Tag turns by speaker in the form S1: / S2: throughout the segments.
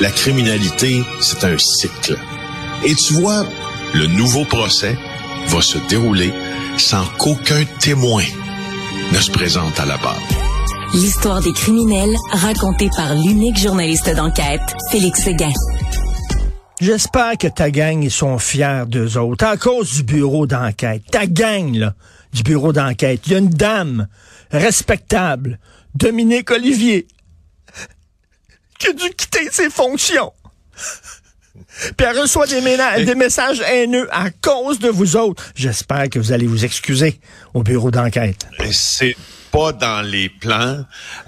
S1: La criminalité, c'est un cycle. Et tu vois, le nouveau procès va se dérouler sans qu'aucun témoin ne se présente à la barre.
S2: L'histoire des criminels racontée par l'unique journaliste d'enquête, Félix Séguin.
S3: J'espère que ta gang, ils sont fiers d'eux autres, à cause du bureau d'enquête. Ta gang, là, du bureau d'enquête. Il y a une dame respectable, Dominique Olivier, qui a dû quitter ses fonctions. Puis elle reçoit des messages haineux à cause de vous autres. J'espère que vous allez vous excuser au bureau d'enquête.
S4: C'est pas dans les plans,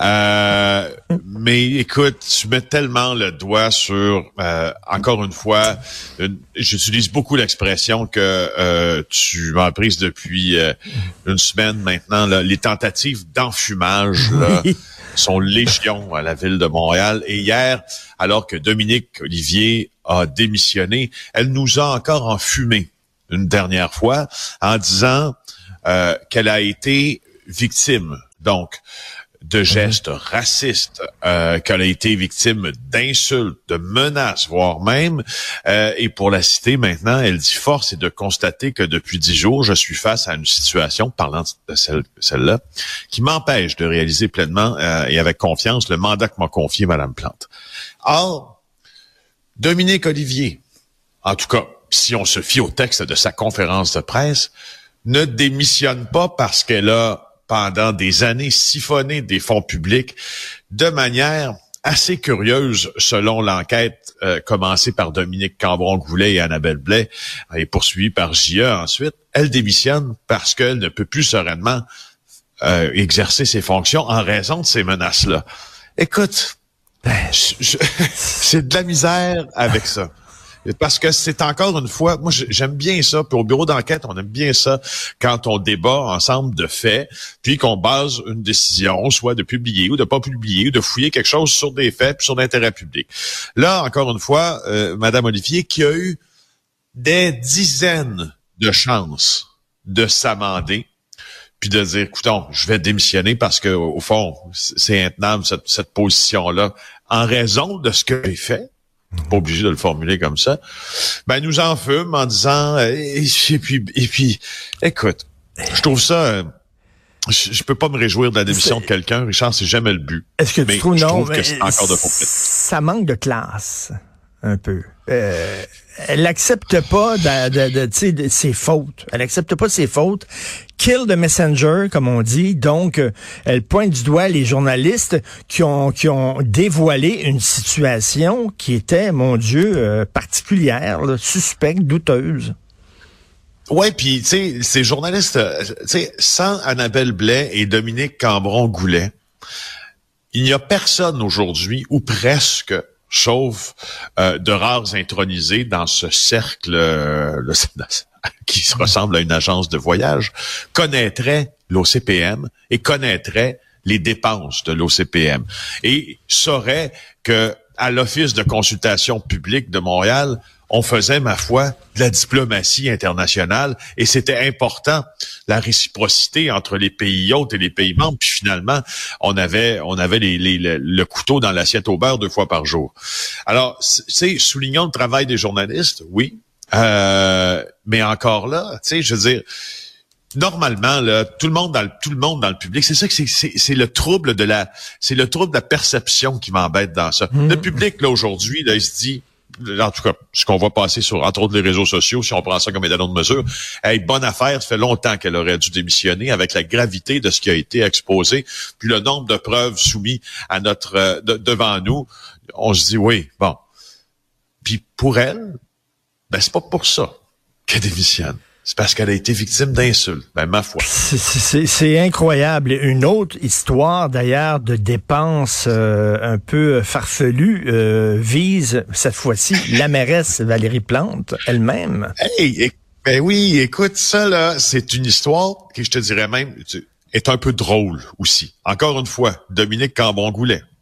S4: mais écoute, tu mets tellement le doigt sur, encore une fois, j'utilise beaucoup l'expression que tu m'as prise depuis une semaine maintenant, là, les tentatives d'enfumage là, sont légion à la ville de Montréal. Et hier, alors que Dominique Olivier a démissionné, elle nous a encore enfumé une dernière fois en disant qu'elle a été victime, donc, de gestes racistes, qu'elle a été victime d'insultes, de menaces, voire même, et pour la citer maintenant, elle dit « Force est de constater que depuis 10 jours, je suis face à une situation, parlant de celle-là, qui m'empêche de réaliser pleinement et avec confiance le mandat que m'a confié Mme Plante. » Or, Dominique Olivier, en tout cas, si on se fie au texte de sa conférence de presse, ne démissionne pas parce qu'elle a pendant des années siphonné des fonds publics de manière assez curieuse, selon l'enquête commencée par Dominique Cambron-Goulet et Annabelle Blais et poursuivie par J.E. ensuite. Elle démissionne parce qu'elle ne peut plus sereinement exercer ses fonctions en raison de ces menaces-là. Écoute, c'est de la misère avec ça. Parce que c'est encore une fois, moi j'aime bien ça, puis au bureau d'enquête, on aime bien ça quand on débat ensemble de faits, puis qu'on base une décision, soit de publier ou de pas publier, ou de fouiller quelque chose sur des faits, puis sur l'intérêt public. Là, encore une fois, Madame Olivier, qui a eu des dizaines de chances de s'amender, puis de dire, écoutons, je vais démissionner parce que au fond, c'est intenable cette position-là, en raison de ce que j'ai fait. Pas obligé de le formuler comme ça. Ben, nous en fume en disant, et puis, écoute, je trouve ça, je peux pas me réjouir de la démission de quelqu'un, Richard, c'est jamais le but.
S3: Est-ce que tu trouves,
S4: je
S3: non,
S4: trouve que c'est encore de complète.
S3: Ça manque de classe, un peu. Elle accepte pas de ses fautes. Elle accepte pas ses fautes. Kill the messenger, comme on dit. Donc, elle pointe du doigt les journalistes qui ont dévoilé une situation qui était, mon Dieu, particulière, là, suspecte, douteuse.
S4: Ouais, puis tu sais, ces journalistes, tu sais, sans Annabelle Blais et Dominique Cambron-Goulet, il n'y a personne aujourd'hui, ou presque, sauf de rares intronisés dans ce cercle qui se ressemble à une agence de voyage, connaîtrait l'OCPM et connaîtrait les dépenses de l'OCPM et saurait que à l'Office de consultation publique de Montréal, on faisait, ma foi, de la diplomatie internationale et c'était important, la réciprocité entre les pays hôtes et les pays membres. Puis finalement, on avait le couteau dans l'assiette au beurre 2 fois par jour. Alors, c'est soulignons le travail des journalistes, oui, mais encore là, tu sais, je veux dire, normalement, là, tout le monde dans le public, c'est ça que c'est le trouble de la perception qui m'embête dans ça. Le public là aujourd'hui, là, il se dit, en tout cas, ce qu'on va passer sur, entre autres, les réseaux sociaux, si on prend ça comme étalon de mesure, hey, bonne affaire, ça fait longtemps qu'elle aurait dû démissionner avec la gravité de ce qui a été exposé, puis le nombre de preuves soumises à notre devant nous, on se dit oui, bon. Puis pour elle, ben c'est pas pour ça qu'elle démissionne. C'est parce qu'elle a été victime d'insultes. Ben, ma foi.
S3: C'est incroyable. Une autre histoire, d'ailleurs, de dépenses un peu farfelues vise, cette fois-ci, la mairesse Valérie Plante elle-même.
S4: Hey, ben oui, écoute, ça, là, c'est une histoire qui, je te dirais même, est un peu drôle aussi. Encore une fois, Dominique Cambron-Goulet,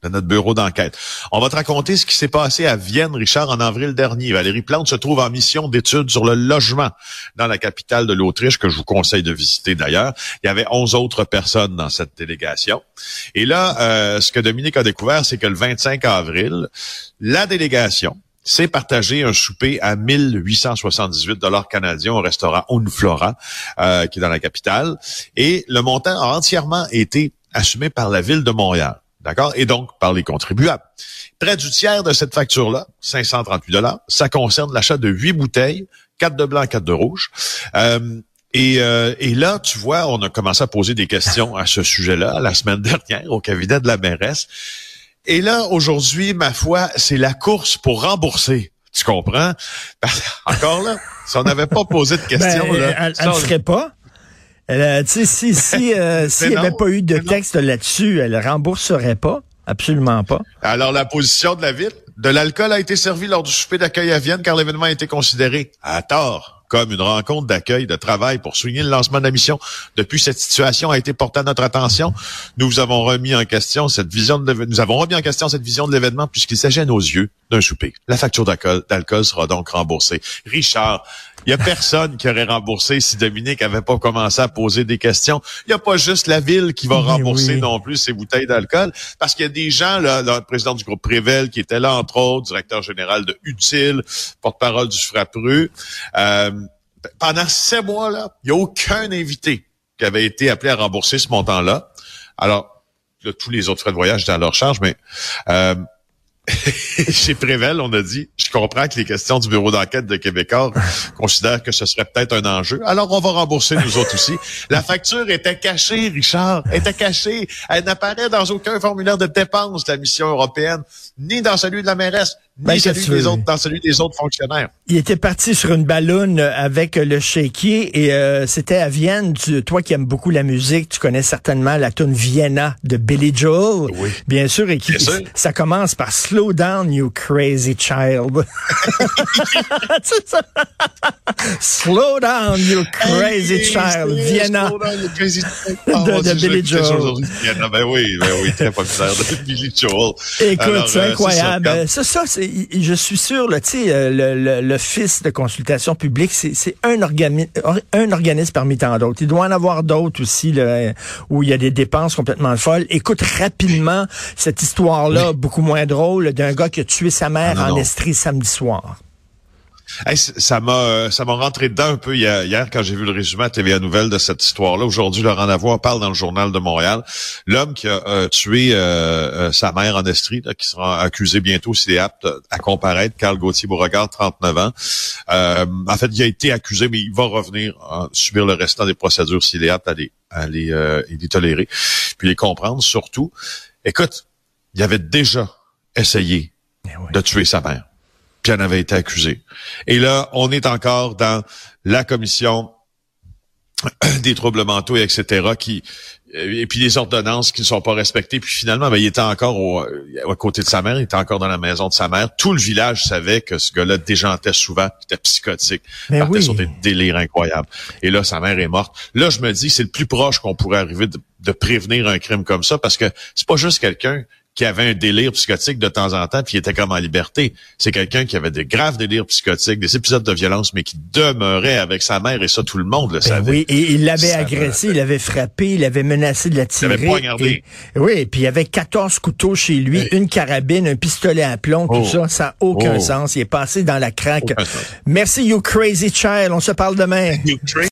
S4: de notre bureau d'enquête. On va te raconter ce qui s'est passé à Vienne, Richard, en avril dernier. Valérie Plante se trouve en mission d'études sur le logement dans la capitale de l'Autriche, que je vous conseille de visiter d'ailleurs. Il y avait 11 autres personnes dans cette délégation. Et là, ce que Dominique a découvert, c'est que le 25 avril, la délégation s'est partagé un souper à 1878 $ canadiens au restaurant Unflora, qui est dans la capitale. Et le montant a entièrement été assumé par la Ville de Montréal. D'accord? Et donc, par les contribuables. Près du tiers de cette facture-là, 538 $, ça concerne l'achat de 8 bouteilles, 4 de blanc, 4 de rouge. Et là, tu vois, on a commencé à poser des questions à ce sujet-là la semaine dernière au cabinet de la mairesse. Et là, aujourd'hui, ma foi, c'est la course pour rembourser. Tu comprends? Encore là, si on n'avait pas posé de questions...
S3: elle ne ferait pas. Tu sais, s'il n'y avait pas eu de texte là-dessus, elle rembourserait pas. Absolument pas.
S4: Alors, la position de la Ville, de l'alcool a été servi lors du souper d'accueil à Vienne car l'événement a été considéré, à tort, comme une rencontre d'accueil de travail pour souligner le lancement de la mission. Depuis, cette situation a été portée à notre attention. Nous avons remis en question cette vision de l'événement puisqu'il s'agit à nos yeux d'un souper. La facture d'alcool sera donc remboursée. Richard, il y a personne qui aurait remboursé si Dominique avait pas commencé à poser des questions. Il y a pas juste la Ville qui va rembourser non plus ces bouteilles d'alcool, parce qu'il y a des gens, là, le président du groupe Prével qui était là, entre autres, directeur général de Utile, porte-parole du FRAPRU. Pendant 7 mois, là, il n'y a aucun invité qui avait été appelé à rembourser ce montant-là. Alors, là, tous les autres frais de voyage étaient à leur charge, mais chez Prével, on a dit, je comprends que les questions du bureau d'enquête de Québécois considèrent que ce serait peut-être un enjeu. Alors, on va rembourser nous autres aussi. La facture était cachée, Richard, était cachée. Elle n'apparaît dans aucun formulaire de dépense de la mission européenne, ni dans celui de la mairesse, ni dans celui des autres fonctionnaires.
S3: Il était parti sur une balloune avec le chéquier et c'était à Vienne. Toi qui aimes beaucoup la musique, tu connais certainement la tune Vienna de Billy Joel. Oui. Bien sûr, et ça commence par Slow Down, You Crazy Child. Slow Down, You Crazy Child. Vienna.
S4: Slow down, you crazy child.
S3: de Billy Joel.
S4: Ben oui, très populaire de Billy Joel.
S3: Écoute, c'est incroyable. Ça, je suis sûr, là, tu sais, l'Office de consultation publique, c'est un organisme parmi tant d'autres. Il doit en avoir d'autres aussi, là, où il y a des dépenses complètement folles. Écoute rapidement cette histoire-là, beaucoup moins drôle, d'un gars qui a tué sa mère en Estrie samedi soir.
S4: Hey, ça m'a rentré dedans un peu hier quand j'ai vu le résumé à TVA Nouvelles de cette histoire-là. Aujourd'hui, Laurent Lavoie parle dans le Journal de Montréal. L'homme qui a tué sa mère en Estrie, là, qui sera accusé bientôt s'il est apte à comparaître, Carl Gauthier-Beauregard, 39 ans. En fait, il a été accusé, mais il va revenir subir le restant des procédures s'il est apte à les tolérer, puis les comprendre. Surtout, écoute, il avait déjà essayé de tuer sa mère. Puis en avait été accusé. Et là, on est encore dans la commission des troubles mentaux, etc., et puis les ordonnances qui ne sont pas respectées. Puis finalement, il était encore à côté de sa mère, il était encore dans la maison de sa mère. Tout le village savait que ce gars-là déjantait souvent, qu'il était psychotique, partait sur des délires incroyables. Et là, sa mère est morte. Là, je me dis, c'est le plus proche qu'on pourrait arriver de prévenir un crime comme ça, parce que c'est pas juste quelqu'un qui avait un délire psychotique de temps en temps, puis il était comme en liberté. C'est quelqu'un qui avait des graves délires psychotiques, des épisodes de violence, mais qui demeurait avec sa mère, et ça, tout le monde le savait.
S3: Oui, et il l'avait agressé, il l'avait frappé, il l'avait menacé de la tirer.
S4: Il l'avait poignardé.
S3: Oui, puis il y avait 14 couteaux chez lui, une carabine, un pistolet à plomb, tout ça, ça n'a aucun sens. Il est passé dans la craque. Merci, You Crazy Child. On se parle demain.